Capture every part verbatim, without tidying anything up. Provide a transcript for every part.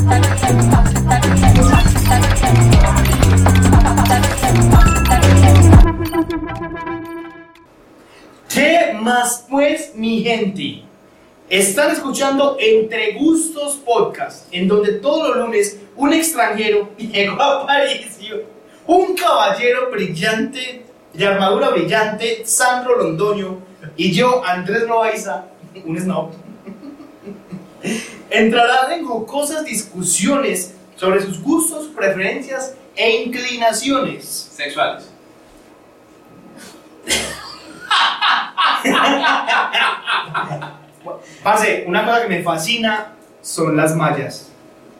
¿Qué más pues, mi gente? Están escuchando Entre Gustos Podcast, en donde todos los lunes un extranjero llegó a Aparicio, un caballero brillante, de armadura brillante, Sandro Londoño, y yo, Andrés Loaiza, un snob, entrarán en jocosas discusiones sobre sus gustos, preferencias e inclinaciones sexuales. Parce, una cosa que me fascina son las mallas.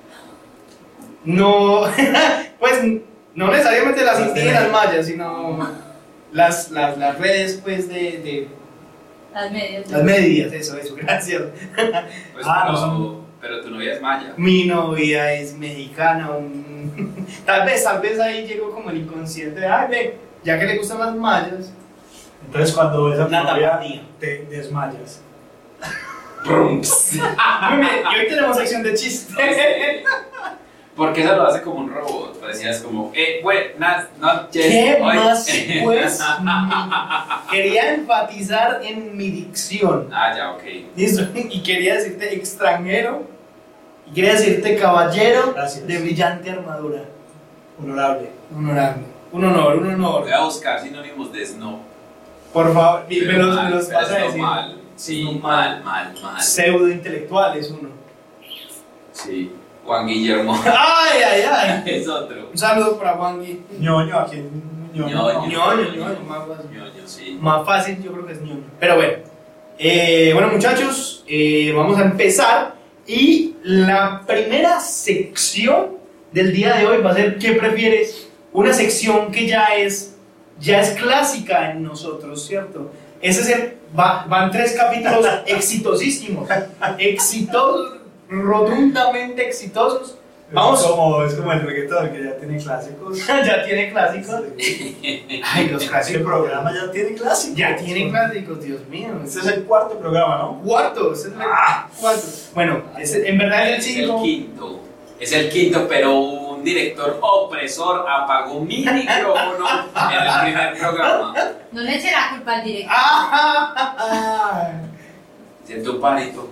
No, pues no necesariamente las indígenas mayas, sino las, las, las redes pues de, de Las medias. las medias, eso, eso, gracias. Pues Ah, pero, no. pero tu novia es maya. Mi novia es mexicana, un... tal vez, tal vez ahí llegó como el inconsciente de, ay, ve, ya que le gustan las mallas. Entonces cuando ves a tu La novia tapatía. te desmayas. Muy bien, y hoy tenemos sección de chistes. Porque esa lo hace como un robot. Parecías como, eh, buenas noches. ¿Qué hoy. más pues? Quería enfatizar en mi dicción. Ah, ya, ok. ¿Listo? Y quería decirte extranjero. Y quería decirte caballero. Gracias. De brillante armadura. Honorable. Honorable. Un honor, un honor. Voy a buscar sinónimos de snob. Por favor, y me Pero los, mal, me los pero vas a snob decir. mal. Sí, Snob mal, mal, mal. Pseudo intelectual es uno. Sí. Juan Guillermo. ¡Ay, ay, ay! Es otro. Un saludo para Juan Gui. ñoño, aquí ñoño. ñoño. ñoño, ñoño, más fácil. ñoño, sí. Más fácil, yo creo que es ñoño. Pero bueno, eh, bueno muchachos, eh, vamos a empezar. Y la primera sección del día de hoy va a ser ¿qué prefieres? Una sección que ya es, ya es clásica en nosotros, ¿cierto? Ese es el, va, van tres capítulos exitosísimos, exitosos, rotundamente exitosos. Vamos. Es como, es como el reggaetón que ya tiene clásicos. Ya tiene clásicos. Ay, los Este clásicos. programa ya tiene clásicos. Ya tiene clásicos, Dios mío. Este es el cuarto programa, ¿no? Cuarto, ese es el cuarto. Bueno, ese, en verdad es el Es el cinco. quinto. Es el quinto, pero un director opresor apagó mi micrófono en el primer programa. No le eche la culpa al director. Ah, Siento un parito.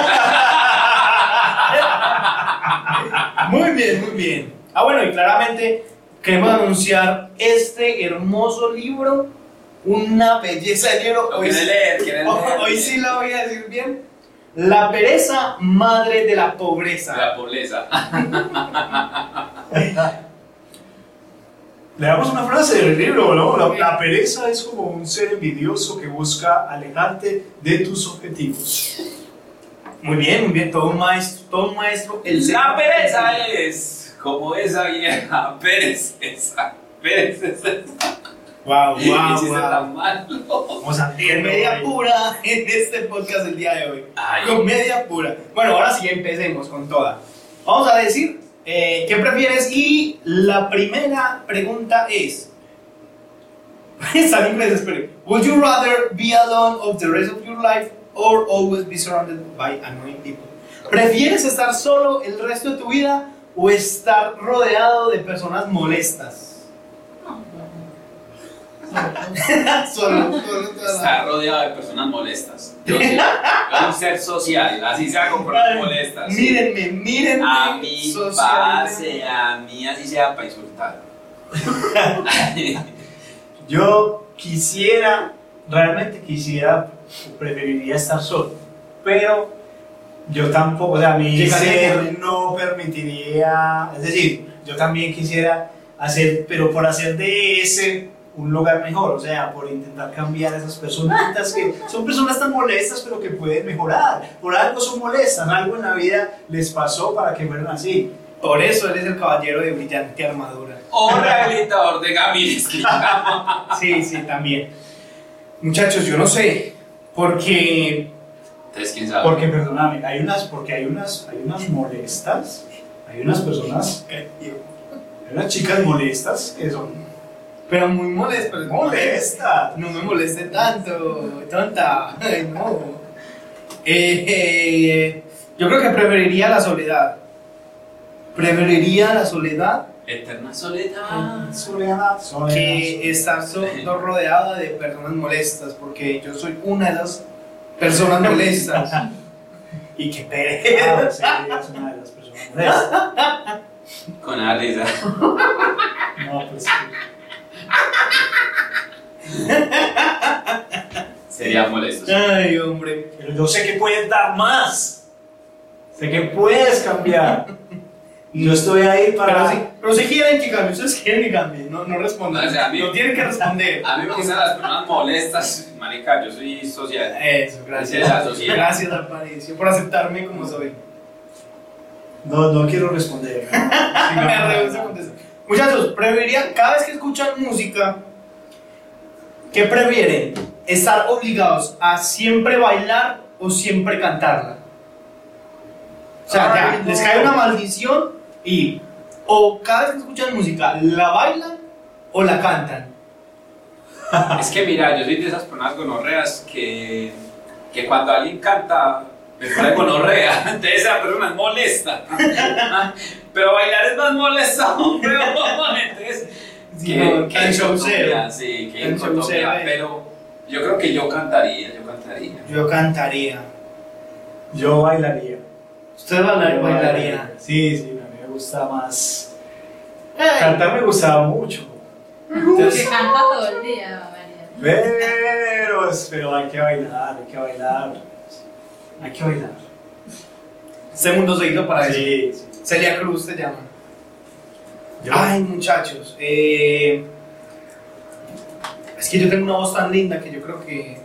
muy bien, muy bien. Ah, bueno, y claramente queremos anunciar este hermoso libro, una belleza de libro. Lo Hoy, quieren sí- leer, quieren hoy- leer. hoy sí lo voy a decir bien. La pereza, madre de la pobreza. La pobreza. Le damos una frase del libro, ¿no? La, la pereza es como un ser envidioso que busca alejarte de tus objetivos. Muy bien, muy bien, todo un maestro, todo un maestro. El La pereza es como esa vieja pereza. Pereza. Wow, Y wow, chiste wow. tan malo. Vamos a Comedia pura en este podcast del día de hoy. Ay. Comedia pura. Bueno, ahora sí empecemos con toda. Vamos a decir eh, qué prefieres y la primera pregunta es. Está en inglés, espere. Would you rather be alone of the rest of your life or always be surrounded by annoying people? ¿Prefieres estar solo el resto de tu vida o estar rodeado de personas molestas? Solo, solo toda la- Está rodeado de personas molestas. Yo sí, yo soy un ser social, así sea con personas molestas. sí. Mírenme, mírenme. A mí, socialmente. pase, a mí, así sea para insultar. Yo quisiera, realmente quisiera, preferiría estar solo, pero yo tampoco, o sea, mi Llegaría ser con- no permitiría, es decir, yo también quisiera hacer, pero por hacer de ese un lugar mejor, o sea, por intentar cambiar a esas personitas que son personas tan molestas, pero que pueden mejorar, por algo son molestas, algo en la vida les pasó para que fueran así. Por eso él es el caballero de brillante armadura. O rehabilitador de Gaminsky. Sí, sí, también. Muchachos, yo no sé, porque Entonces, quién sabe. Porque, perdóname, hay unas, porque hay unas, hay unas molestas, hay unas personas, hay unas chicas molestas que son pero muy molesto. molestas. No me moleste tanto, tonta. Ay, no. Eh, eh, yo creo que preferiría la soledad. preferiría la soledad Eterna soledad. Soledad, soledad. que estar so- no rodeado de personas molestas, porque yo soy una de esas personas molestas. Y qué pereza. Ah, sí, es una de las personas molestas. Con la risa. No, pues sí. Sería molesto. Ay, hombre. Pero yo sé que puedes dar más. Sé que puedes cambiar. Yo estoy ahí para. Pero si, pero si quieren que cambie, ustedes quieren que cambie, no, no respondan. No, o sea, a mí- no tienen que responder. A mí me gustan las personas molestas. Marica, yo soy social. Eso, Esa es la gracias. sociedad. Gracias, Aparicio, por aceptarme como soy. No, no quiero responder. Me rehúso a contestar. Muchachos, preferiría, cada vez que escuchan música, ¿qué prefieren? ¿Estar obligados a siempre bailar o siempre cantarla? O sea, ya, Ay, no. les cae una maldición y o cada vez que escuchan música, ¿la bailan o la cantan? Es que mira, yo soy de esas personas gonorreas que, que cuando alguien canta me pone gonorrea, entonces esa persona es molesta. Pero bailar es más molesta, hombre. Entonces, Sí, que, no, que tan showcero. dicotomía, sí, que Tan dicotomía, showcero, eh. pero yo creo que yo cantaría, yo cantaría. Yo cantaría. Yo bailaría. Usted bailar, Yo bailaría. Sí, sí, a mí me gusta más. Ay, Cantar me gustaba mucho. Que canta todo el día, María. Pero, pero hay que bailar, hay que bailar. Hay que bailar. este mundo se hizo para eso. Sí, sí. Celia Cruz te llama. Yo- Ay, muchachos. eh, es que yo tengo una voz tan linda que yo creo que.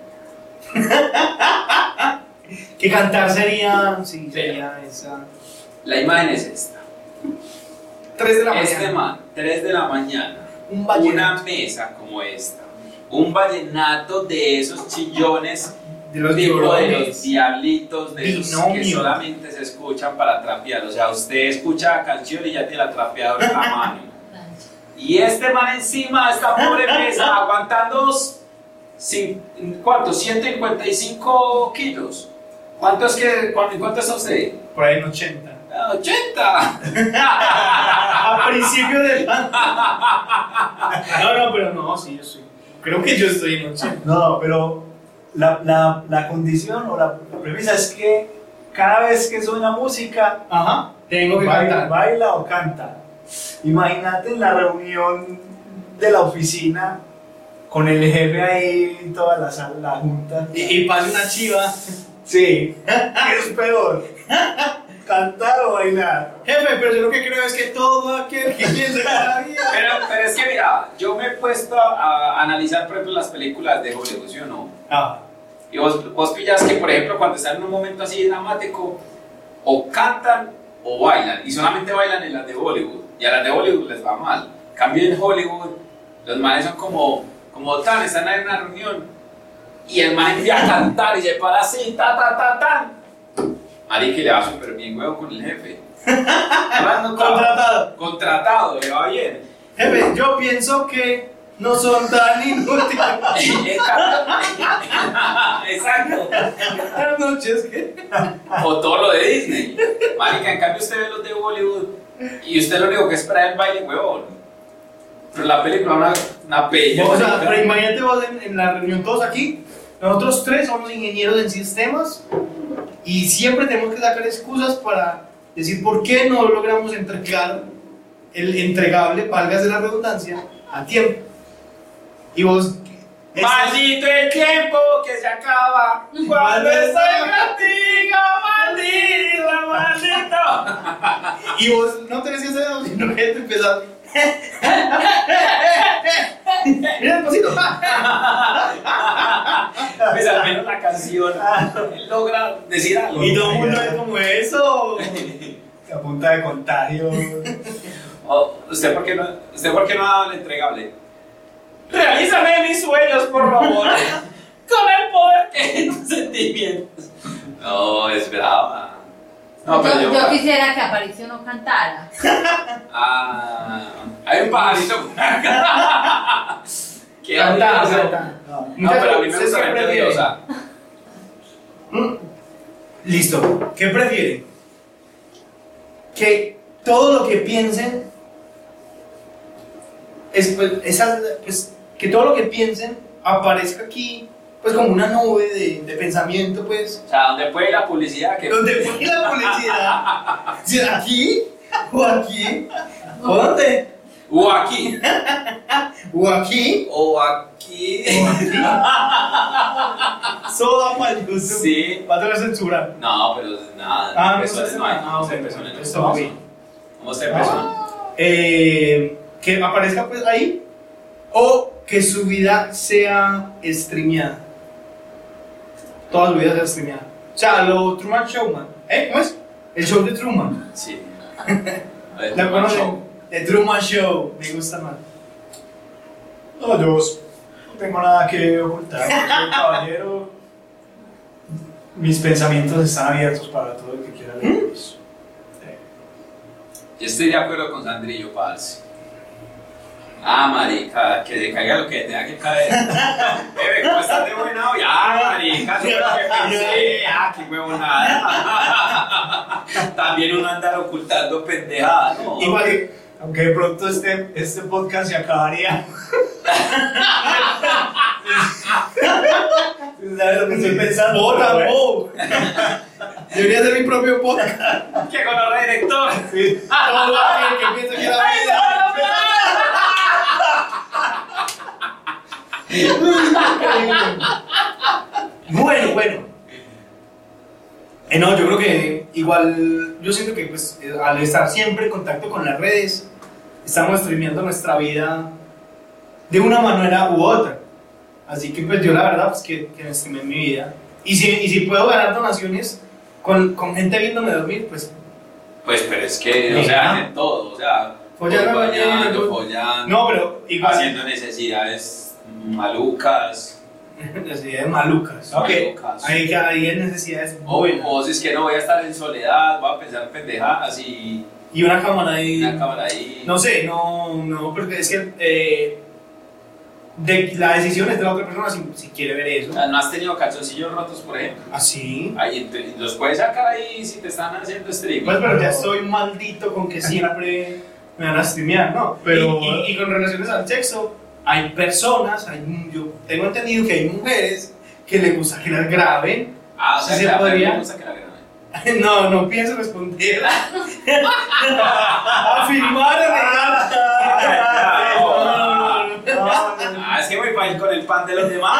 que cantar sería. Sí, sería esa. La imagen es esta. tres de la Este mañana. man, tres de la mañana, Un una vallenato. mesa como esta, un vallenato de esos chillones, De los tipo de llorones. los diablitos, de esos que Binomio. solamente se escuchan para trapear. O sea, usted escucha la canción y ya tiene la trapeadora en la mano. Y este man encima de esta pobre mesa aguantando, cin- ¿cuánto? ciento cincuenta y cinco kilos. ¿Cuánto es que, cuánto, cuánto está usted? Por ahí en ochenta. Ah, ochenta. A principio del. No, no, pero no, sí, yo soy. Creo que yo estoy en ochenta. No, pero la, la, la condición o la, la premisa es que cada vez que suena música, Ajá. Tengo que baila, cantar. baila o canta. Imagínate en la reunión de la oficina con el jefe ahí, toda la, sala, la junta. Y, y pasa una chiva. Sí, ¿qué es peor? ¿Cantar o bailar? Jefe, pero yo lo que creo es que todo aquel que piensa en la vida. Pero, pero es que mira, yo me he puesto a, a analizar, por ejemplo, las películas de Hollywood, ¿sí o no? Ah, Y vos, vos pillas que, por ejemplo, cuando están en un momento así dramático, o cantan o bailan, y solamente bailan en las de Bollywood, y a las de Bollywood les va mal. En cambio, en Hollywood, los manes son como, como tan, están en una reunión, y el man empieza a cantar y se para así, ta, ta, ta, tan. Marica, y le va súper bien, huevo, con el jefe. Hablando con- contratado. Contratado, le va bien. Jefe, yo pienso que no son tan inútiles. Exacto. Buenas noches, ¿qué? O todo lo de Disney. Marica, en cambio usted ve los de Bollywood y usted lo único que espera es el baile, huevón. Pero la película es una, una bella. O sea, marica. pero imagínate vos en, en la reunión todos aquí. Nosotros tres somos ingenieros en sistemas y siempre tenemos que sacar excusas para decir por qué no logramos entregar el entregable, válgase la redundancia, a tiempo. Y vos... Maldito el tiempo que se acaba cuando estoy contigo, maldito, maldito. Y vos no tenés que hacer eso, sino que te empezás... Mira el pasito. Pues al menos la canción él logra decir algo. Y todo el mundo es como eso. A punta de contagio. Oh, ¿Usted por qué no, usted por qué no ha dado el entregable? Realízame mis sueños, por favor. Con el poder que en tus sentimientos. No, es brava. No, pero yo, yo. yo quisiera que Aparicio no cantara. Ah, hay un pajarito por acá. Qué Cantá, odioso. cantá. No. No, pero a mí me ¿Usted gusta qué la gente prefiere? odiosa. Mm. Listo. ¿Qué prefiere? Que todo lo que piensen, es, pues, esa, pues, que todo lo que piensen aparezca aquí, pues como una nube de, de pensamiento, pues. O sea, ¿dónde puede ir la publicidad? Que... ¿Dónde fue la publicidad? ¿Sí, ¿aquí? ¿O aquí? ¿O dónde? O aquí. ¿O aquí? O aquí. Soda para el YouTube. Sí. Va a tener censura. No, pero nada. Ah, no personas sé, no hay. ah, Vamos a bueno, personas no está hay. bien. Vamos a ser personas. Eh, que aparezca pues ahí, o que su vida sea streameada. Toda su vida sea streameada. O sea, lo Truman Show, man. ¿Eh? ¿Cómo es? El show de Truman. Sí. ¿La conocen? The Truman Show. Me gusta más. No, yo no tengo nada que ocultar. Soy caballero. Mis pensamientos están abiertos para todo el que quiera leerlos. Yo estoy de acuerdo con Sandrillo, parce. Ah, marica, que se caiga lo que tenga que caer. Bebe, ¿cómo estás de buena hoy? Ah, marica, eso fue lo que pensé. Ah, qué huevonada. También uno anda ocultando pendejadas, ¿no? Igual que. Aunque de pronto este, este podcast se acabaría. ¿Sabes lo que estoy pensando? ¡Oh, Pero, tampoco! Debería ser mi propio podcast. ¿Qué con los director? Sí. Todo aquel que piensa que la vida. Bueno, bueno. Eh, no, yo creo que igual, yo siento que pues eh, al estar siempre en contacto con las redes, estamos streameando nuestra vida de una manera u otra. Así que pues yo la verdad pues que, que streamé mi vida. Y si, y si puedo ganar donaciones con, con gente viéndome dormir, pues... Pues, pero es que, o sea, hacen todo, o sea, Follando, follando, follando, No, pero igual... haciendo necesidades malucas. Necesidades malucas. Ok. malucas. Hay, hay necesidades O, buenas. o si es que no voy a estar en soledad, voy a pensar pendejadas y Y una cámara ahí... una cámara ahí. No sé, no, no, porque es que eh, de, la decisión es de la otra persona si, si quiere ver eso. O sea, ¿no has tenido calzoncillos rotos, por ejemplo? Así. Ahí te- los puedes sacar ahí si te están haciendo streaming. Pues, pero ya estoy maldito con que siempre me van a streamear, ¿no? Pero- Y, y- y con relaciones al sexo, hay personas, hay, yo tengo entendido que hay mujeres que les gusta que las graben. ah, o sea, sí que se a Fer podría. le gusta que la graben. No, no pienso responder. Afirmar o negar. No, no, no, no. Ah, es que voy para ir con el pan de los demás.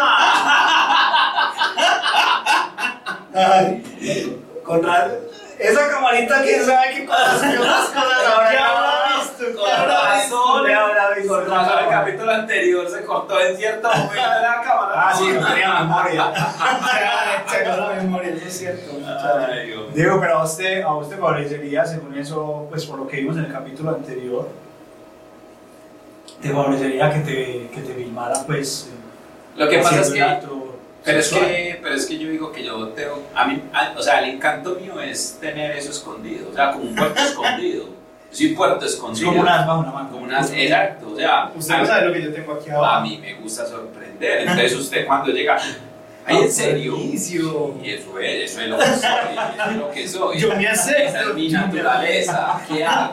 Ay, con ra- esa camarita, quién sabe qué cosas, qué otras cosas habrá Ya habrá visto, Con ya habrá razón, ya habrá visto. Con razón, el capítulo anterior se cortó en cierto momento de la cámara. Ah, sí, no tenía memoria. Se acabó la memoria, eso es cierto. Ay, Dios. Diego, pero a usted, a usted favorecería, según eso, pues por lo que vimos en el capítulo anterior, te favorecería que te, que te filmaran, pues. Lo que pasa es haciendo un que. acto Pero es sexual. que, pero es que yo digo que yo tengo, a mí, a- o sea, el encanto mío es tener eso escondido, o sea, como un puerto escondido. Sí, puerto Es escondido. como una asma, una mano. Como unas- exacto, o sea, Usted a, no sabe lo que yo tengo aquí a abajo. mí me gusta sorprender. Entonces usted cuando llega, ay, en serio. Inicio. Y eso es, eso es lo que soy, eso es lo que soy. Yo me acepto. Esa es mi naturaleza. ¿Qué hago?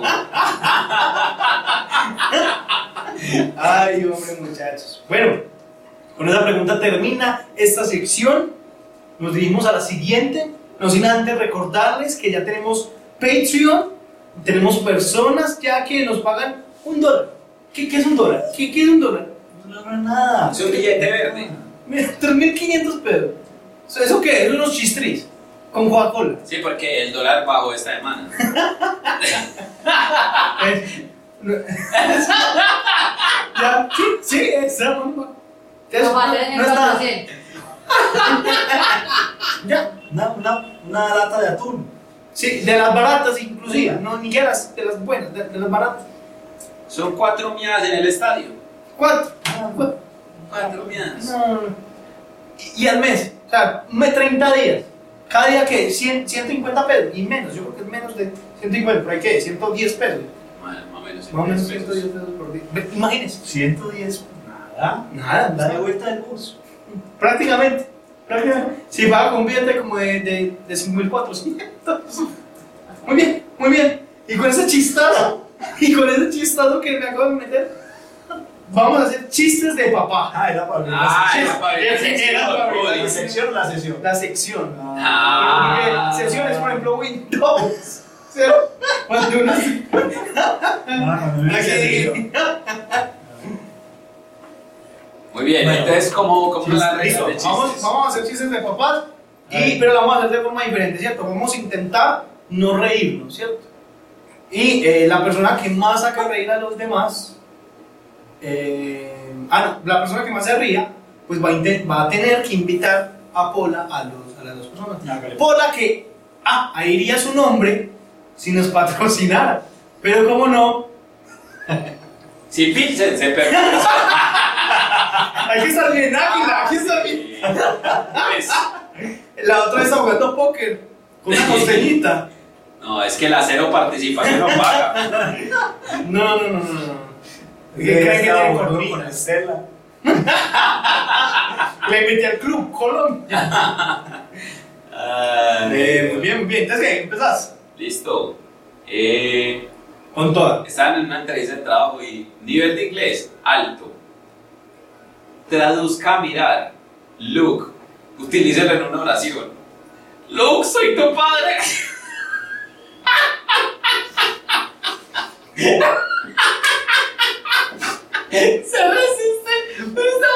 Ay, hombre, muchachos. Bueno, con esa pregunta termina esta sección. Nos dirigimos a la siguiente. No sin antes recordarles que ya tenemos Patreon. Tenemos personas ya que nos pagan un dólar. ¿Qué, qué es un dólar? ¿Qué, qué es un dólar? No, no, nada. Es un billete verde. tres mil quinientos pesos. ¿Eso qué? Es unos chistris con Coca-Cola. Sí, porque el dólar bajó esta semana. Eh, no- ya, sí, sí, esa bomba. No vale en No el es nada. cuatrocientos. Ya. Una, una, una lata de atún. Sí, de las baratas inclusive, no ni siquiera las, de las buenas, de, de las baratas. Son cuatro miadas en el estadio. ¿Cuánto? ¿Cuánto? Cuatro miadas. No, no, no. Y, y al mes, o sea, un mes, treinta días. Cada día que cien, ciento cincuenta pesos y menos, yo creo que es menos de ciento cincuenta, pero hay que ciento diez pesos. Más más o menos. Más o menos diez ciento pesos. diez pesos por día. Ve, imagínense. ciento diez. Nada. Nada, Da de nada. vuelta del bus. Prácticamente. Prácticamente. Si paga con un billete como de, de, de cinco mil cuatrocientos. Muy bien, muy bien. Y con ese chistazo, y con ese chistazo que me acabo de meter, vamos a hacer chistes de papá. Ah, era para abrir Ah, la era para abrir la Era sección. para abrir sección. ¿La sección o la sesión? La sección. Ah. Porque sesiones, por ejemplo, Windows. ¿Cierto? Cuando uno se- Ah, no me decía sección. Muy bien, Bueno. entonces, ¿cómo, cómo Chistes, la regla Listo, de chistes? vamos, vamos a hacer chistes de papás, A ver. y, pero lo vamos a hacer de forma diferente, ¿cierto? Vamos a intentar no reírnos, ¿cierto? Y eh, la persona que más haga reír a los demás, eh, ah, no, la persona que más se ría, pues va a, inten- va a tener que invitar a Pola a, los, a las dos personas. Hágale. Pola que, ah, ahí iría su nombre si nos patrocinara, pero como no, Si Pilsen se perdió. aquí está bien águila, aquí está bien. Pues, La otra vez jugando póker con una costeñita. no, es que la cero participación no paga. No, no, no, no, no. ¿Qué ¿Qué creen que estaba tiene jugando colmillo? con Estela? Le metí al club Colombia. Ah, Eh, muy bien, muy bien. Entonces, ¿qué? ¿Empezás? Listo. Eh, Con toda. Estaban en una entrevista de trabajo y nivel de inglés alto. Traduzca a mirar. Luke, utilícelo en una oración. Luke, soy tu padre. Se resiste, pero está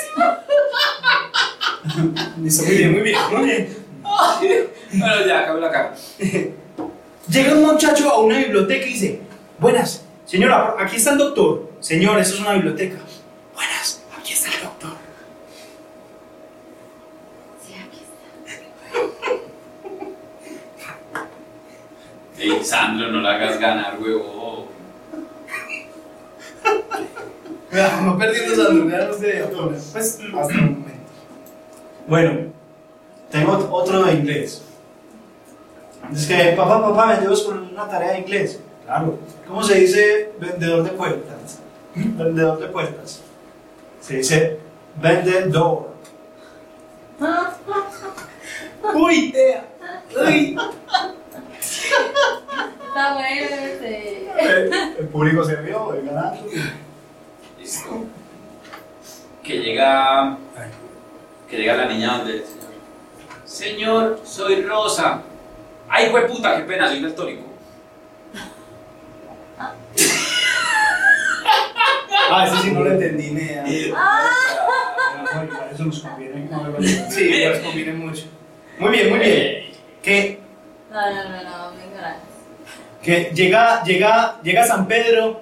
buenísimo. Listo, muy bien, muy bien, muy bien. Bueno, ya, acabé la cara. Llega un muchacho a una biblioteca y dice: buenas, señora, aquí está el doctor. Señor, eso es una biblioteca. Buenas, aquí está el doctor. Sí, aquí está. Ey, Sandro, no la hagas ganar, huevo. Vea, no perdiendo esa lugar, no sé, pues hasta el momento. Bueno, tengo otro de inglés. Es que, papá, papá, me ayudas con una tarea de inglés. Claro. ¿Cómo se dice vendedor de puertas? Vendedor de puertas. Se dice vendedor. Uy, tea. Uy. Está bueno ese. El, el público se vio, el ganado. Listo. Que llega. Que llega la niña donde el señor. Señor, soy Rosa. Ay, puta, qué pena, soy daltónico. Ah, ese sí no lo entendí, nea. Eso nos conviene. Sí, pues conviene mucho. Muy bien, muy bien. Que, No, no, no, no, me ignoras. que llega, llega, llega San Pedro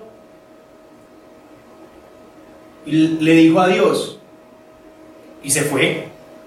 y le dijo adiós y se fue.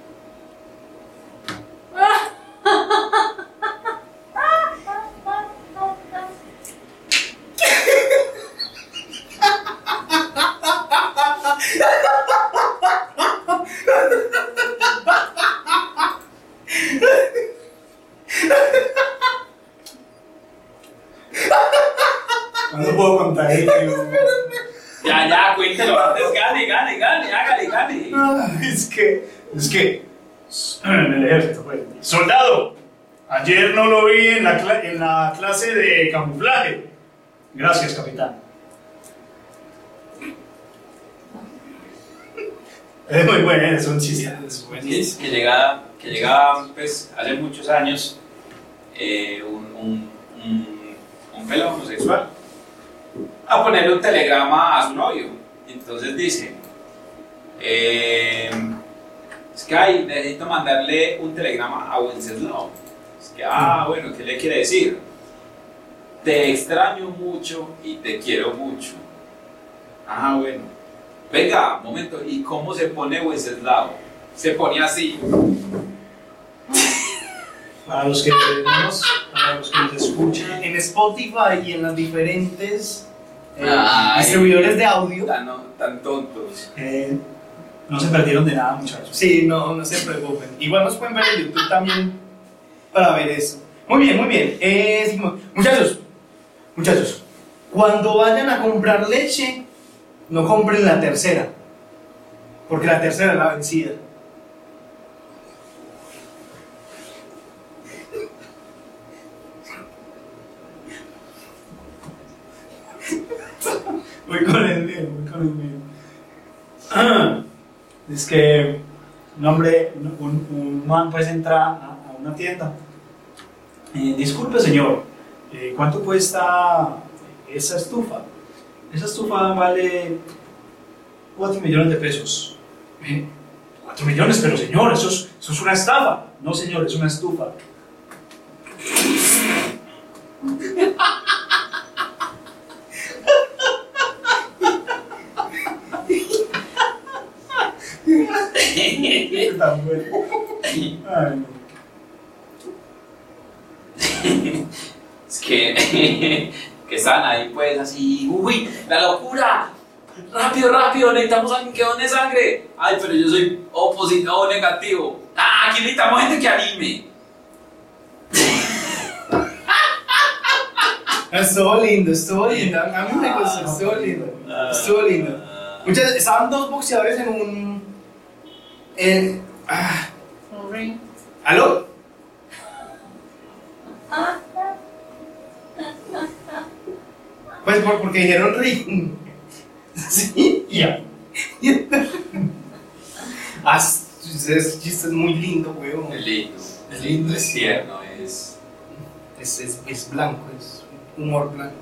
No puedo contar esto. Ya, ya, cuéntelo antes, gane, gane, gane, hágale, gane. Es que, es que, en el ejército, pues. Soldado, ayer no lo vi en la, cla- en la clase de camuflaje. Gracias, capitán. Es muy bueno, es un chiste. Que, que llega, que llega, pues, hace muchos años, eh, un, un, un, un pelado homosexual a ponerle un telegrama a su novio. Entonces dice, eh, es que ay, necesito mandarle un telegrama a Wenceslao. Es que, ah, bueno, ¿qué le quiere decir? Te extraño mucho y te quiero mucho. Ah, bueno. Venga, momento, ¿y cómo se pone Wenceslao? Se pone así. Para los que nos, para los que nos escuchan, En Spotify y en las diferentes eh, Ay. distribuidores de audio. Tan, no, tan tontos. eh, no se perdieron de nada, muchachos. Sí, no, no se preocupen. Igual nos pueden ver en YouTube también para ver eso. Muy bien, muy bien. Eh, seguimos. Muchachos, muchachos, cuando vayan a comprar leche, no compren la tercera, porque la tercera es la vencida. Voy con el mío, voy con el mío. Ah, es que un hombre, un, un man pues entra a, a una tienda. Eh, disculpe señor, eh, ¿cuánto cuesta esa estufa? Esa estufa vale cuatro millones de pesos. Eh, cuatro millones, pero señor, eso es, eso es una estafa. No señor, es una estufa. Tan bueno. Ay, no. Es que, que están ahí pues así, uy, la locura, rápido, rápido, necesitamos alguien que done sangre. Ay, pero yo soy opositivo o negativo. Ah, aquí necesitamos gente que anime. Estuvo lindo, estuvo lindo. A mí me gustó, estuvo lindo. Estuvo lindo. Muchas, estaban dos boxeadores en un. En. Ah, Un ring. ¿Aló? Pues por, porque dijeron ring. Sí, Ya. Ah, ese chiste es muy lindo, weón. Es lindo, Es lindo, es tierno, es... Es, es, es blanco, es humor blanco.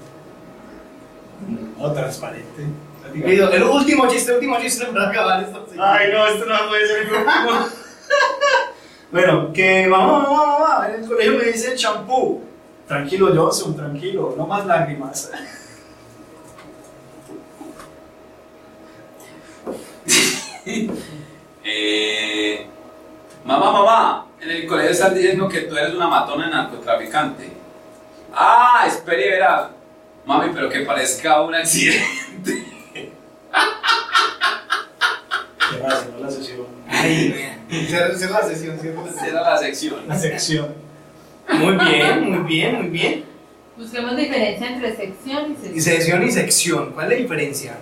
O transparente. El, el último chiste, el último chiste para acabar esto. Ay, no, esto no puede ser el último. Bueno, que mamá, mamá, mamá, en el colegio me dicen champú. Tranquilo, Johnson, tranquilo, no más lágrimas. eh, mamá, mamá, en el colegio están diciendo que tú eres una matona narcotraficante. Ah, espere y verá. Mami, pero que parezca un accidente. Cierra, cierra la sesión. Ay, cierra cierra la sesión, cierra la sesión. Será la sección. La sección. Muy bien, muy bien, muy bien. Busquemos diferencia entre sección y Y sección. sección y sección, ¿cuál es la diferencia?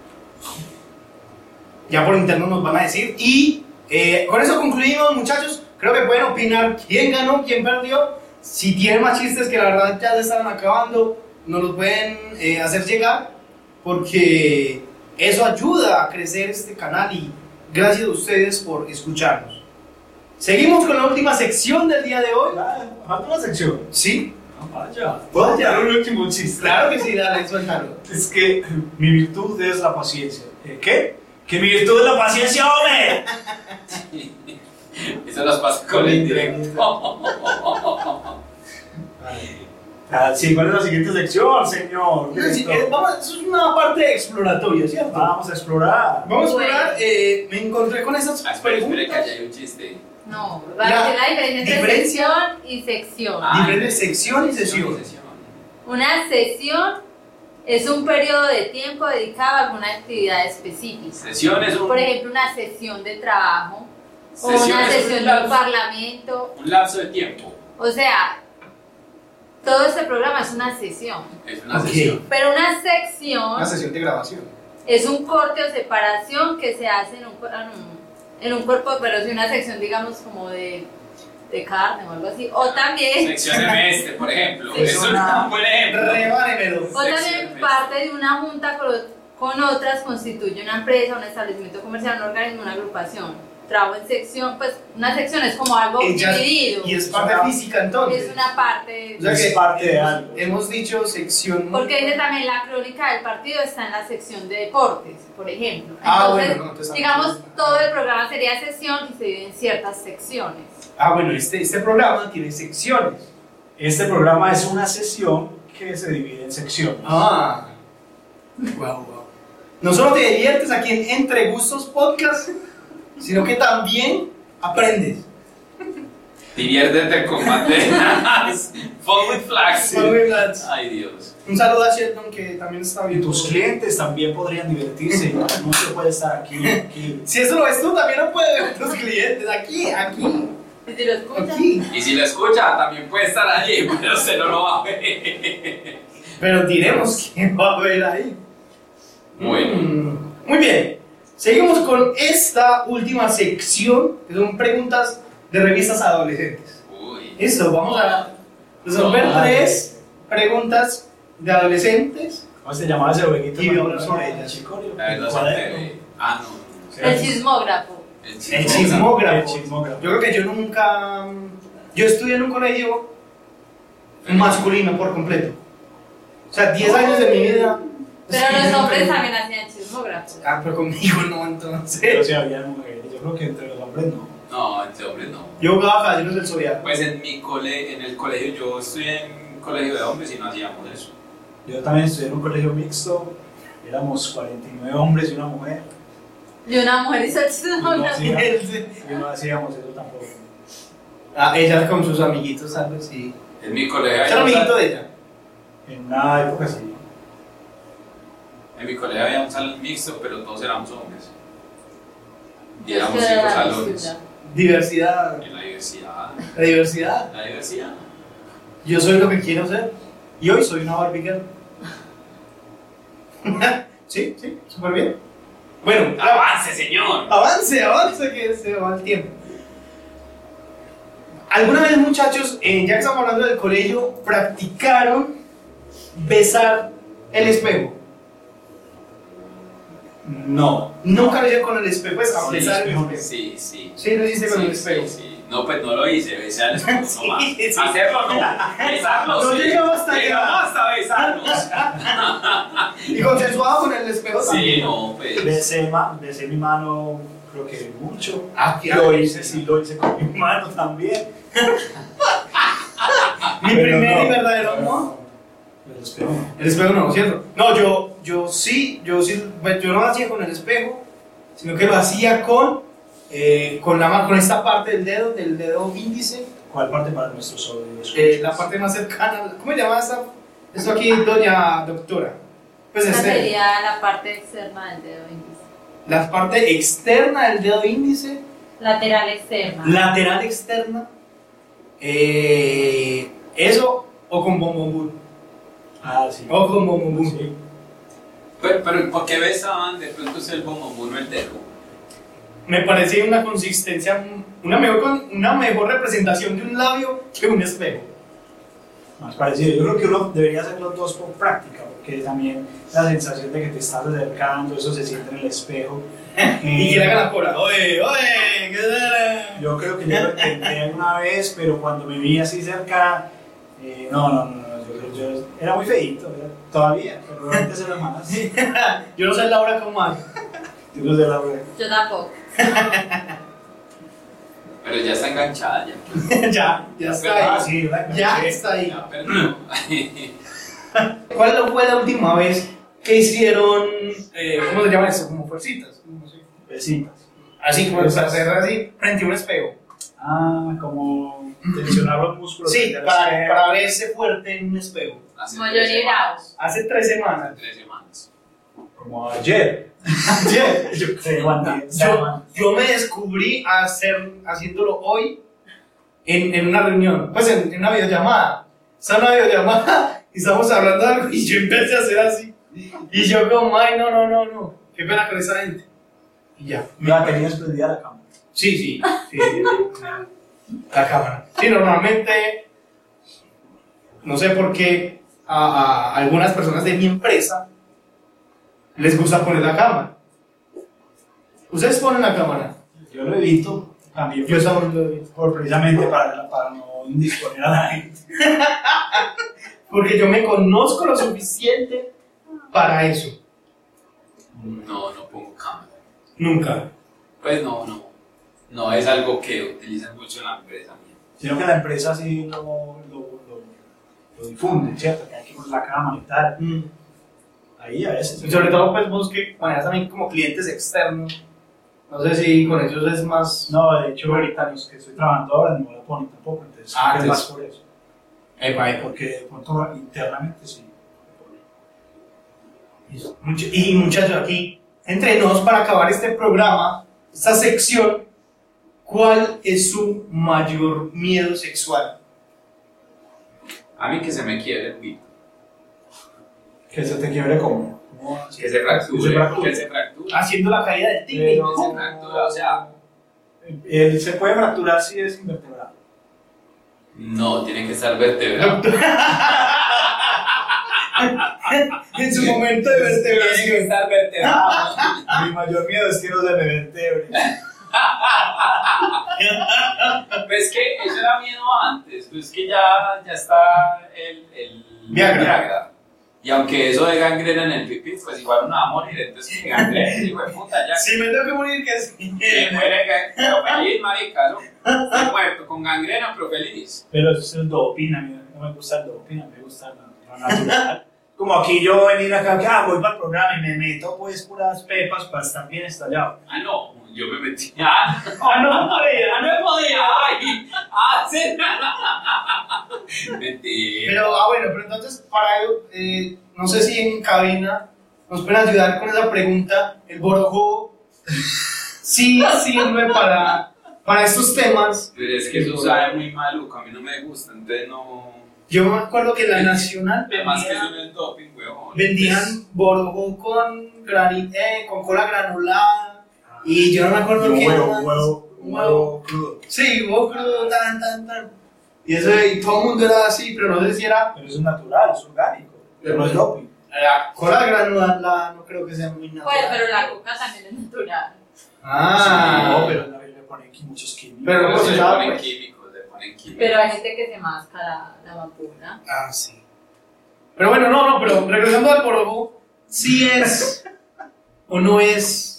Ya por interno nos van a decir. Y eh, con eso concluimos, muchachos. Creo que pueden opinar quién ganó, quién perdió. Si tienen más chistes que la verdad ya se estaban acabando, nos los pueden eh, hacer llegar. Porque eso ayuda a crecer este canal. Y gracias a ustedes por escucharnos. Seguimos con la última sección del día de hoy. Ah, falta una sección. ¿Sí? Ah, vaya. ¿Puedo? Ya, un último chiste. Claro que sí, dale, suéltalo. Es que mi virtud es la paciencia. ¿Eh, ¿Qué? Que mi virtud es la paciencia, hombre. Eso los pasa con el indirecto. Ah, sí, ¿cuál es la siguiente sección, señor? ¿Qué es Sí, esto? eh, vamos, eso es una parte exploratoria, ¿cierto? Vamos a explorar. Vamos a Bueno. explorar. Eh, me encontré con esas Ah, espera, espera, que preguntas. allá hay un chiste. No, va a La decir la diferencia entre diferencia- sección y sección. Ah, Diferente sección y sesión. Una sesión es un periodo de tiempo dedicado a alguna actividad específica. Sesión es un, Por ejemplo, una sesión de trabajo o Sesión una es un sesión de un lapso. parlamento. un lapso de tiempo. O sea, todo este programa es una sesión. Es una Ok. sesión. Pero una sección Una sesión de grabación. es un corte o separación que se hace en un, cuer- en un- en un cuerpo, pero si una sección, digamos, como de, de carne o algo así. O también, Sección M este, por ejemplo. Sí. Es un buen ejemplo. Rebánemelo. o también parte de una junta con, con otras constituye una empresa, un establecimiento comercial, un organismo, una agrupación. Trabajo en sección, pues una sección es como algo Ella- dividido. Y es parte física entonces. Es una parte. O sea Es que parte de hemos- algo. Hemos dicho sección. Porque dice también la crónica del partido está en la sección de deportes, por ejemplo. Ah, Entonces, bueno, no, entonces- digamos, todo el programa sería sesión y se divide en ciertas secciones. Ah, bueno, este, este programa tiene secciones. Este programa es una sesión que se divide en secciones. Ah. Wow, wow. No solo te diviertes aquí en Entre Gustos Podcast, sino que también aprendes. Diviértete con matemáticas. Fun with flags. Fun with flags. Ay, Dios. Un saludo a Sheldon que también está Y viendo. tus clientes también podrían divertirse. No se puede estar aquí, aquí. Si eso lo ves tú, también lo puedes ver tus clientes. Aquí, aquí, Y si lo escuchan, aquí. Y si lo escucha, también puede estar allí, pero usted no lo va a ver. Pero diremos quién va a ver ahí. Bueno. Mm, Muy bien. Seguimos con esta última sección, que son preguntas de revistas adolescentes. Uy. Listo, vamos a resolver No, tres preguntas de adolescentes ¿Cómo se llamaba ese jueguito? Y para hablar hablar sobre de ella. chicorio? La verdad, ¿Cuál se era? ve. Ah, no. no. El chismógrafo. El El chismógrafo. chismógrafo. El chismógrafo. Yo creo que yo nunca. Yo estudié en un colegio masculino por completo. O sea, diez años de mi vida. Pero los hombres también hacían chismógrafos. Ah, pero conmigo no, Pero entonces. sí había mujeres. Yo creo que entre los hombres no. No, entre hombres no. Yo jugaba Caballeros del Zodiaco. Pues en mi cole, en el colegio, yo estudié en un colegio de hombres y no hacíamos eso. Yo también estudié en un colegio mixto. Éramos cuarenta y nueve hombres y una mujer. Y una mujer hizo el No chismógrafo. hacía- Sí. y no hacíamos eso tampoco. Ah, ella con sus amiguitos, algo así. En mi colegio ¿Era había un amiguito sal- de ella? En una época sí. en mi colegio había un salón mixto, pero todos éramos hombres. Y éramos Pero cinco la salones. misura. Diversidad. En la diversidad. La diversidad. La diversidad. Yo soy lo que quiero ser. Y hoy soy una Barbie girl. Sí, sí, súper bien. Bueno, ¡Avance, señor! avance, avance, que se va el tiempo. ¿Alguna vez, muchachos, eh, ya que estamos hablando del colegio, practicaron besar el espejo? No. Nunca lo hice con el espejo, pues a Sí, besar el espejo. Sí, sí. Sí, lo hiciste con Sí, el espejo. sí, sí. No, pues no lo hice, besé al espejo Sí, nomás. sí. Hacerlo no, besarlo No sí. llegamos hasta allá. Llegamos hasta besarnos. Y consensuado con el espejo Sí, también. no, pues. Besé, ma- besé mi mano, creo que mucho. Ah, qué Lo agradable. hice, sí, lo hice con mi mano también. Mi Pero primer no. y verdadero amor. El espejo no. El espejo no, ¿cierto? No, yo, yo sí, yo sí, pues, yo no lo hacía con el espejo, sino que lo hacía con, eh, con, la, ma- con esta parte del dedo, del dedo índice, ¿Cuál parte para nuestros audios? eh, la parte más cercana. ¿Cómo se llama esta? Esto aquí, doña doctora. Pues Esa este, sería la parte externa del dedo índice. la parte externa del dedo índice, Lateral externa. lateral externa, eh, eso o con bombombú. Ah, sí. O con bombombú. Sí. Pero, pero ¿por qué besaban de pronto el bombombo no el dedo? Me parecía una consistencia, una mejor, con- una mejor representación de un labio que un espejo. Más parecido. Yo creo que uno debería hacer los dos por práctica, porque también la sensación de que te estás acercando, eso se siente en el espejo. Y que le haga la cola. Oye, oye, ¿qué tal? Yo creo que yo lo intenté alguna vez, pero cuando me vi así cerca, eh, no, no, no, no, yo, yo- era muy feíto, era- todavía, pero antes era más. Yo no sé la hora cómo hago. Yo no sé la verdad. Yo tampoco. Pero ya está enganchada, ya. ya, ya está Ah, ahí. sí, ¿verdad? Ya Sí. está ahí. Ya perdió. ¿Cuál fue la última vez que hicieron, eh, ¿cómo se llama eso? Como fuercitas. No sé. Besitas. Así, como para hacer así, frente a un espejo. Ah, como tensionar los músculos. Sí, del para, espejo. para verse fuerte en un espejo. Hace Como tres Johnny semanas. Hace tres semanas. Tres semanas. Como ayer. Ayer. Yo, sí, Juan, Yo, yo me descubrí a hacer, haciéndolo hoy en, en una reunión, pues en, en una videollamada. Está una videollamada y estamos hablando de algo y yo empecé a hacer así. Y yo como, ay, no, no, no, no, qué pena con esa gente. Y ya. la tenías prendida la cámara. Sí, sí, sí, sí, sí. La cámara. Sí, normalmente, no sé por qué a, a algunas personas de mi empresa les gusta poner la cámara. ¿Ustedes ponen la cámara? Yo lo evito también. Yo estaba hablando de por, precisamente para, para no indisponer a la gente. porque yo me conozco lo suficiente para eso. No, no pongo cámara. Nunca. Pues no, no. No es algo que utilizan mucho en la empresa mía. Sino que la empresa sí lo, lo, lo, lo difunde, ¿cierto? Que hay que poner la cámara y tal. Mm. Ahí a veces. Y sobre todo, pues vos que manejas también como clientes externos. No sé si con ellos es más. No, de hecho, ahorita los que estoy trabajando ahora no la ponen tampoco. Entonces, Ah, creo que es entonces- más por eso. Epa, epa. Porque de pronto internamente sí. Much- Y muchachos, aquí, entre nos, para acabar este programa, esta sección, ¿cuál es su mayor miedo sexual? A mí que se me quiebre el pito. Que se te quiebre como. como así. Que se fracture. Que se fracture. Que se fracture. Haciendo la caída del tigre. Pero- Que se fractura, o sea. Él se puede fracturar si es invertebrado. No, tiene que estar vertebrado. en su momento de Tiene que vertebración. estar vertebrado. Mi mayor miedo es que no se me vertebre. Pues que eso era miedo antes, pues que ya, ya está el, el Viagra. Y aunque eso de gangrena en el pipí, pues igual uno va a morir, entonces que gangrena, hijo de puta, ya. Si me tengo que morir, que sí. Se muere, que- pero feliz, marica, ¿no? Estoy muerto con gangrena, pero feliz. Pero eso es el doping, a mí no me gusta el doping, a mí me gusta lo, lo natural. Como aquí yo venir acá, que ah, voy para el programa y me meto pues puras pepas para estar bien estallado. Ah, no, yo me metí. Ah, Ah, no podía. ah, no podía. Ay, ah, sí. Mentira. Pero, ah, bueno, pero entonces, para ello, eh, no sé si en cabina nos pueden ayudar con esa pregunta. El borojo sí sirve para, para estos temas. Pero es que eso sabe muy maluco, a mí no me gusta, entonces no. Yo me acuerdo que en la Nacional Además que eso vendían, no es doping, weón. vendían borojo con, grani- eh, con cola granulada. Y yo no me acuerdo Un qué huevo, más. un huevo, un huevo crudo. Sí, huevo crudo, tan, tan, tan. Y, eso, y todo el mundo era así, pero no sé si era. Pero eso es natural, es orgánico. Pero no es doping. La cola granulada no creo que sea muy natural. Pues, pero la coca también es natural. Ah, No, pero en la Biblia ponen aquí muchos químicos. Pero no Pero se le sabe, ponen pues. químicos, le ponen químicos. Pero hay gente que se masca la, la vacuna. Ah, sí. Pero bueno, no, no, pero regresando al borojo, ¿sí es o no es?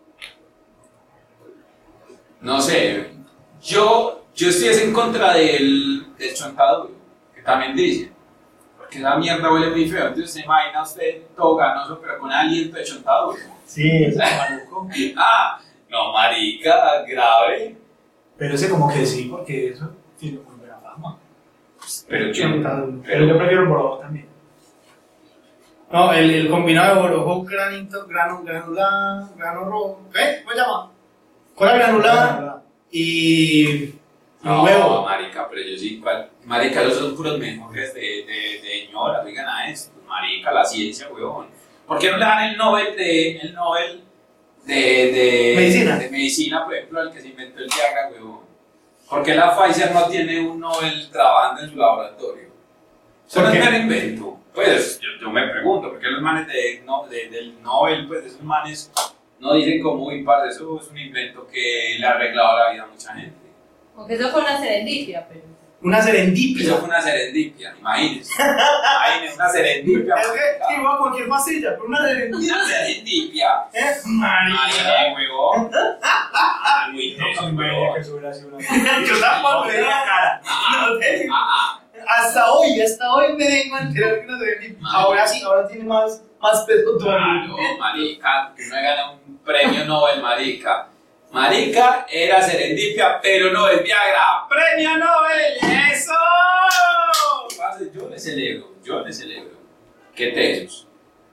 No sé, yo, yo estoy en contra del, del chontaduro, que también dice, porque esa mierda huele muy feo, entonces se imagina usted todo ganoso, pero con aliento de chontaduro. Sí, eso es maluco. Ah, no, marica, grave. Pero ese como que sí, porque eso tiene muy buena fama. Pero yo, Chontaduro. Pero yo prefiero el borojo también. No, el, el combinado de borojo, granito, grano, granulada, grano rojo, ¿qué? ¿Cómo se llama? Cola granulada y no, huevo. marica, pero yo sí, ¿cuál? Marica, esos son puros mensajes de, de, de ñora, oigan a esto, marica, la ciencia, huevón. ¿Por qué no le dan el Nobel de, el Nobel de, de, Medicina. de medicina, por ejemplo, al que se inventó el Viagra, huevón? ¿Por qué la Pfizer no tiene un Nobel trabajando en su laboratorio? Eso no ¿Por es qué? un invento. Pues yo, yo me pregunto, ¿por qué los manes de, no, de, del Nobel, pues esos manes no dicen como, uy, parce, eso es un invento que le ha arreglado la vida a mucha gente? Aunque eso fue una serendipia, pero. Una serendipia. Eso fue una serendipia, imagínense. Imagínense, una serendipia. Es que igual cualquier pastilla, pero una serendipia. Una serendipia. Es Marica, marica. huevón. Muy No, teso, me imagino huevón. que eso hubiera sido una... Yo tampoco le di la cara. No te- Ah, Hasta hoy, hasta hoy me vengo a enterar que una serendipia. Ahora sí, ahora tiene más, más peso todavía. claro, marica, que uno gana un premio Nobel, marica. Marica era serendipia, pero no es Viagra. ¡Premio Nobel! ¡Eso! Parce, yo le celebro, yo le celebro. ¿Qué tesos?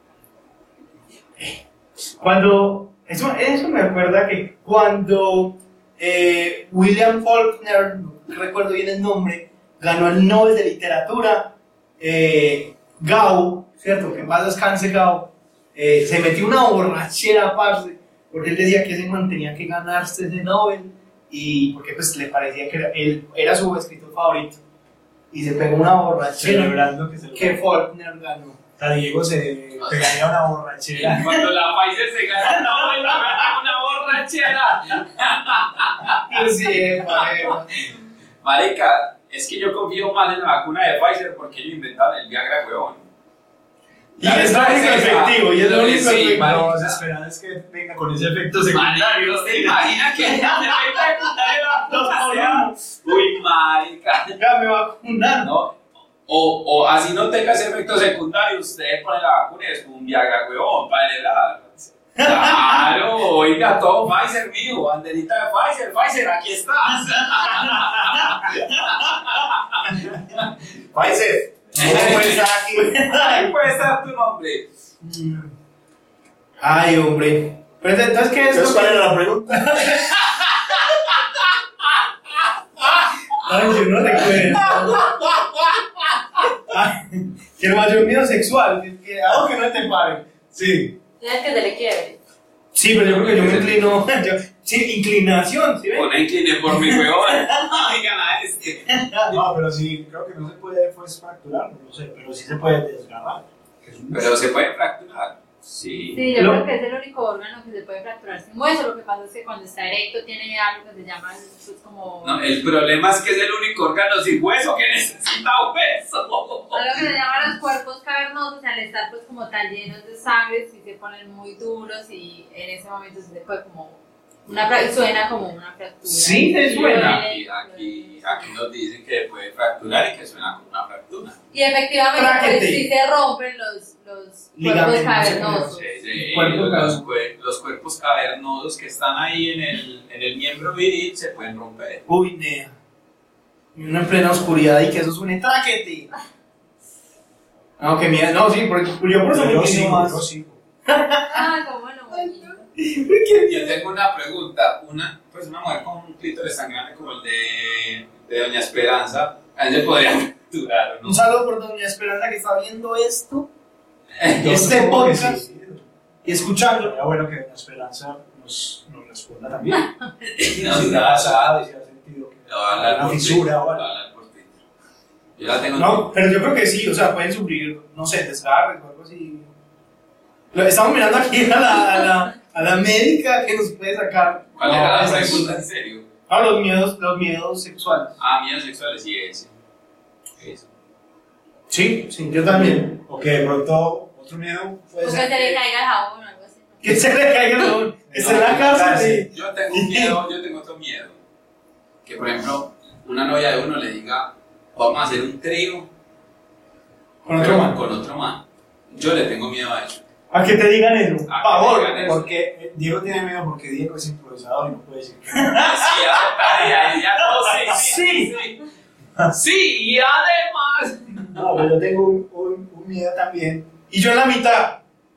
Cuando, eso, eso me acuerda que cuando eh, William Faulkner, no recuerdo bien el nombre, ganó el Nobel de Literatura, eh, Gao, ¿cierto? Que en paz descanse Gao, eh, se metió una borrachera, parce, porque él decía que se mantenía que ganarse ese Nobel, y porque pues le parecía que era, él era su escritor favorito, y se pegó una borrachera Celebrando que se lo... que Faulkner ganó. A Diego se pegaría una borrachera. Cuando la Pfizer se gana el Nobel, la gana una borrachera. Sí, padre. Marica, es que yo confío más en la vacuna de Pfizer porque ellos inventaron el Viagra, huevón. Y es lo único efectivo, y es lo único Sí, efectivo. marica. No, se esperan es que venga con ese efecto Marica, secundario. ¿usted imagina que el efecto secundario la Los vacuna sea? Uy, marica. Ya me vacunaron. ¿No? O, o así no tenga ese efecto secundario, usted pone la vacuna y es un Viagra, huevón, para celebrar. Claro, oiga, todo Pfizer mío, banderita de Pfizer, Pfizer, aquí estás. Pfizer, ¿Cómo está aquí? Ahí puede estar tu nombre. Ay, hombre. Pero entonces, ¿qué es ¿Entonces lo cuál que- era la pregunta? Ay, yo no recuerdo. Ay, que el mayor miedo sexual, que, que algo que no te pare. Sí. Es que se le quiebre. Sí, pero yo creo que yo me inclino. yo- sí, inclinación, ¿sí ven? Pone incline por mi huevón. Oigan a este. No, pero sí, creo que no se puede pues, fracturar, no sé, pero sí se puede desgarrar. Que es un Pero se puede fracturar. Sí. Sí, yo Lo- creo que es el único órgano que se puede fracturar sin hueso. Lo que pasa es que cuando está erecto tiene algo que se llama pues, como... No, el problema es que es el único órgano sin hueso que necesita hueso. Algo que se llama los cuerpos cavernosos, y al estar pues como tan llenos de sangre, sí se ponen muy duros y en ese momento sí se puede como una fra- y suena como una fractura. Sí, te suena. Aquí, aquí, aquí nos dicen que puede fracturar y que suena como una fractura. Y efectivamente pues, Tráquete. sí se rompen los, los cuerpos Ligamentos, cavernosos. Sí, sí, Cuerpo los, cavernoso. cue- los cuerpos cavernosos que están ahí en el, en el miembro viril se pueden romper. Uy, nea. Y uno en plena oscuridad y que eso suene traquete. No, que miedo. No, sí, porque yo por eso me Yo quiero sigo, más. yo sigo. Ah, cómo no. Yo tengo una pregunta, una, pues una mujer con un clítoris tan grande como el de, de Doña Esperanza, ¿a él se podría fracturar o no? Un saludo por Doña Esperanza que está viendo esto Yo Este supongo que podcast. sí, sí. y escuchando. Sería bueno que Doña Esperanza nos, nos responda también. Sí, Nos sí, da- ha pasado, si ha sentido que Lo va a hablar una por fisura Twitter, o lo va a algo. hablar por Twitter. Yo la tengo en No, pero yo creo que sí, o sea, pueden sufrir, no sé, desgarres o algo así. Lo- Estamos mirando aquí a la, a la, a la médica que nos puede sacar. ¿Cuál No, era la esa es- pregunta en serio? Ah, los miedos, los miedos sexuales. Ah, miedos sexuales, sí, ese. Eso. Sí, sí, yo también. O que de pronto otro miedo puede Porque ser. se le caiga el jabón o algo así. Que se le caiga el jabón. Que esté en la casa. Sí. Yo tengo un miedo, yo tengo otro miedo. Que por ejemplo, una novia de uno le diga, vamos a hacer un trío Con otro pero man. con otro man. Yo le tengo miedo a eso. A que te digan eso. A que Favor. te digan eso. Porque eh, Diego tiene miedo porque Diego es improvisador y no puede decir que no. Sí, aceptaría, ya no, sí, sí, sí. Sí, y además. No, pero yo tengo un, un, un miedo también. Y yo en la mitad.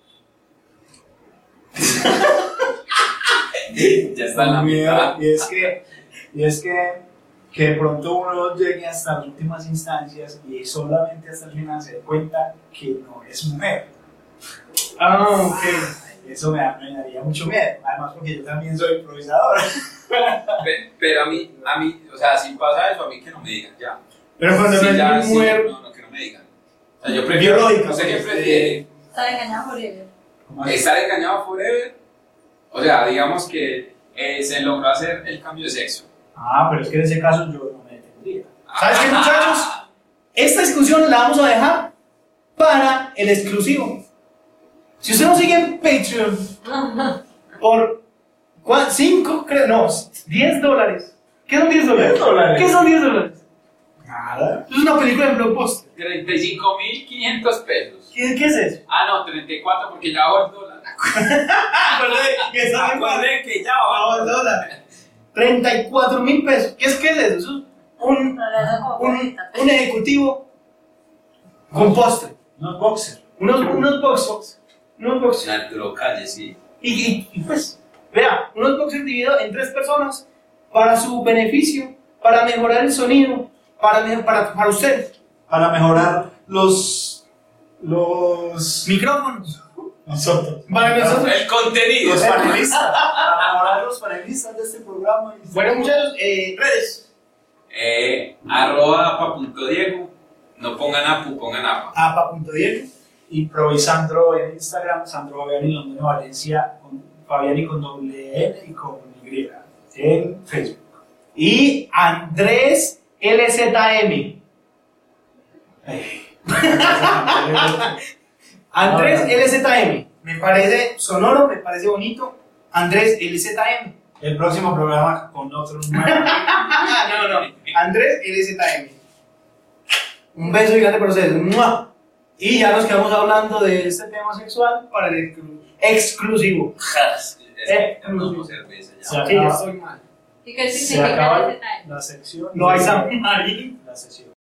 Ya está en la Un miedo, mitad. Y es que, y es que, que de pronto uno llegue hasta las últimas instancias y solamente hasta el final se dé cuenta que no es mujer. Ah, ok. Eso me, da- me daría mucho miedo. Además, porque yo también soy improvisador. Pe- Pero a mí, a mí, o sea, si pasa eso, a mí que no me digan ya. Pero cuando Si no ya, es sí, mujer. no, no, que no me digan. O sea, yo prefiero. Biológica, ¿Usted qué pues, prefiere? Está engañado por él. ¿Cómo así? ¿Estar engañado forever? O sea, digamos que eh, se logró hacer el cambio de sexo. Ah, pero es que en ese caso yo no me detendría. ¿Sabes qué, muchachos? Esta discusión la vamos a dejar para el exclusivo. Si usted nos sigue en Patreon por cinco, creo, no, diez dólares. ¿Qué son diez dólares? diez dólares. ¿Qué son diez dólares? Nada. Es una película en blockbuster. treinta y cinco mil quinientos pesos. ¿Qué, qué es eso? Ah, no, treinta y cuatro porque ya bajó el dólar. Acuérdense que ya bajó el dólar. treinta y cuatro mil pesos. ¿Qué es, qué es eso? Eso es un, un, un ejecutivo con postre. No es boxer. Unos, unos box, unos box. Arturo Calle, sí. Y, y, y pues, vea, unos boxers divididos en tres personas para su beneficio, para mejorar el sonido, para, me- para, para usted. Para mejorar los. los. Micrófonos. nosotros. Para nosotros. El contenido. Los panelistas. Para mejorar los panelistas de este programa. Bueno, muchachos, eh, redes. Eh, arroba apa.diego. No pongan apu, pongan apa. apa punto diego. Improvisandro en Instagram, Sandro Fabiani Londoño Valencia, con Fabiani con doble N y con Y en Facebook. Y Andrés L Z M. Andrés No, no. L Z M. Me parece sonoro, me parece bonito. Andrés L Z M. El próximo programa con otro número. no, no. Andrés L Z M. Un beso gigante para ustedes. ¡Mua! Y ya nos quedamos hablando de este tema sexual para el exclu- exclusivo. Eh, no, cerveza ya. Se Sí, ya acaba, estoy mal. ¿Y qué se significa acaba ese time? la sección. No hay San Marín. La sesión.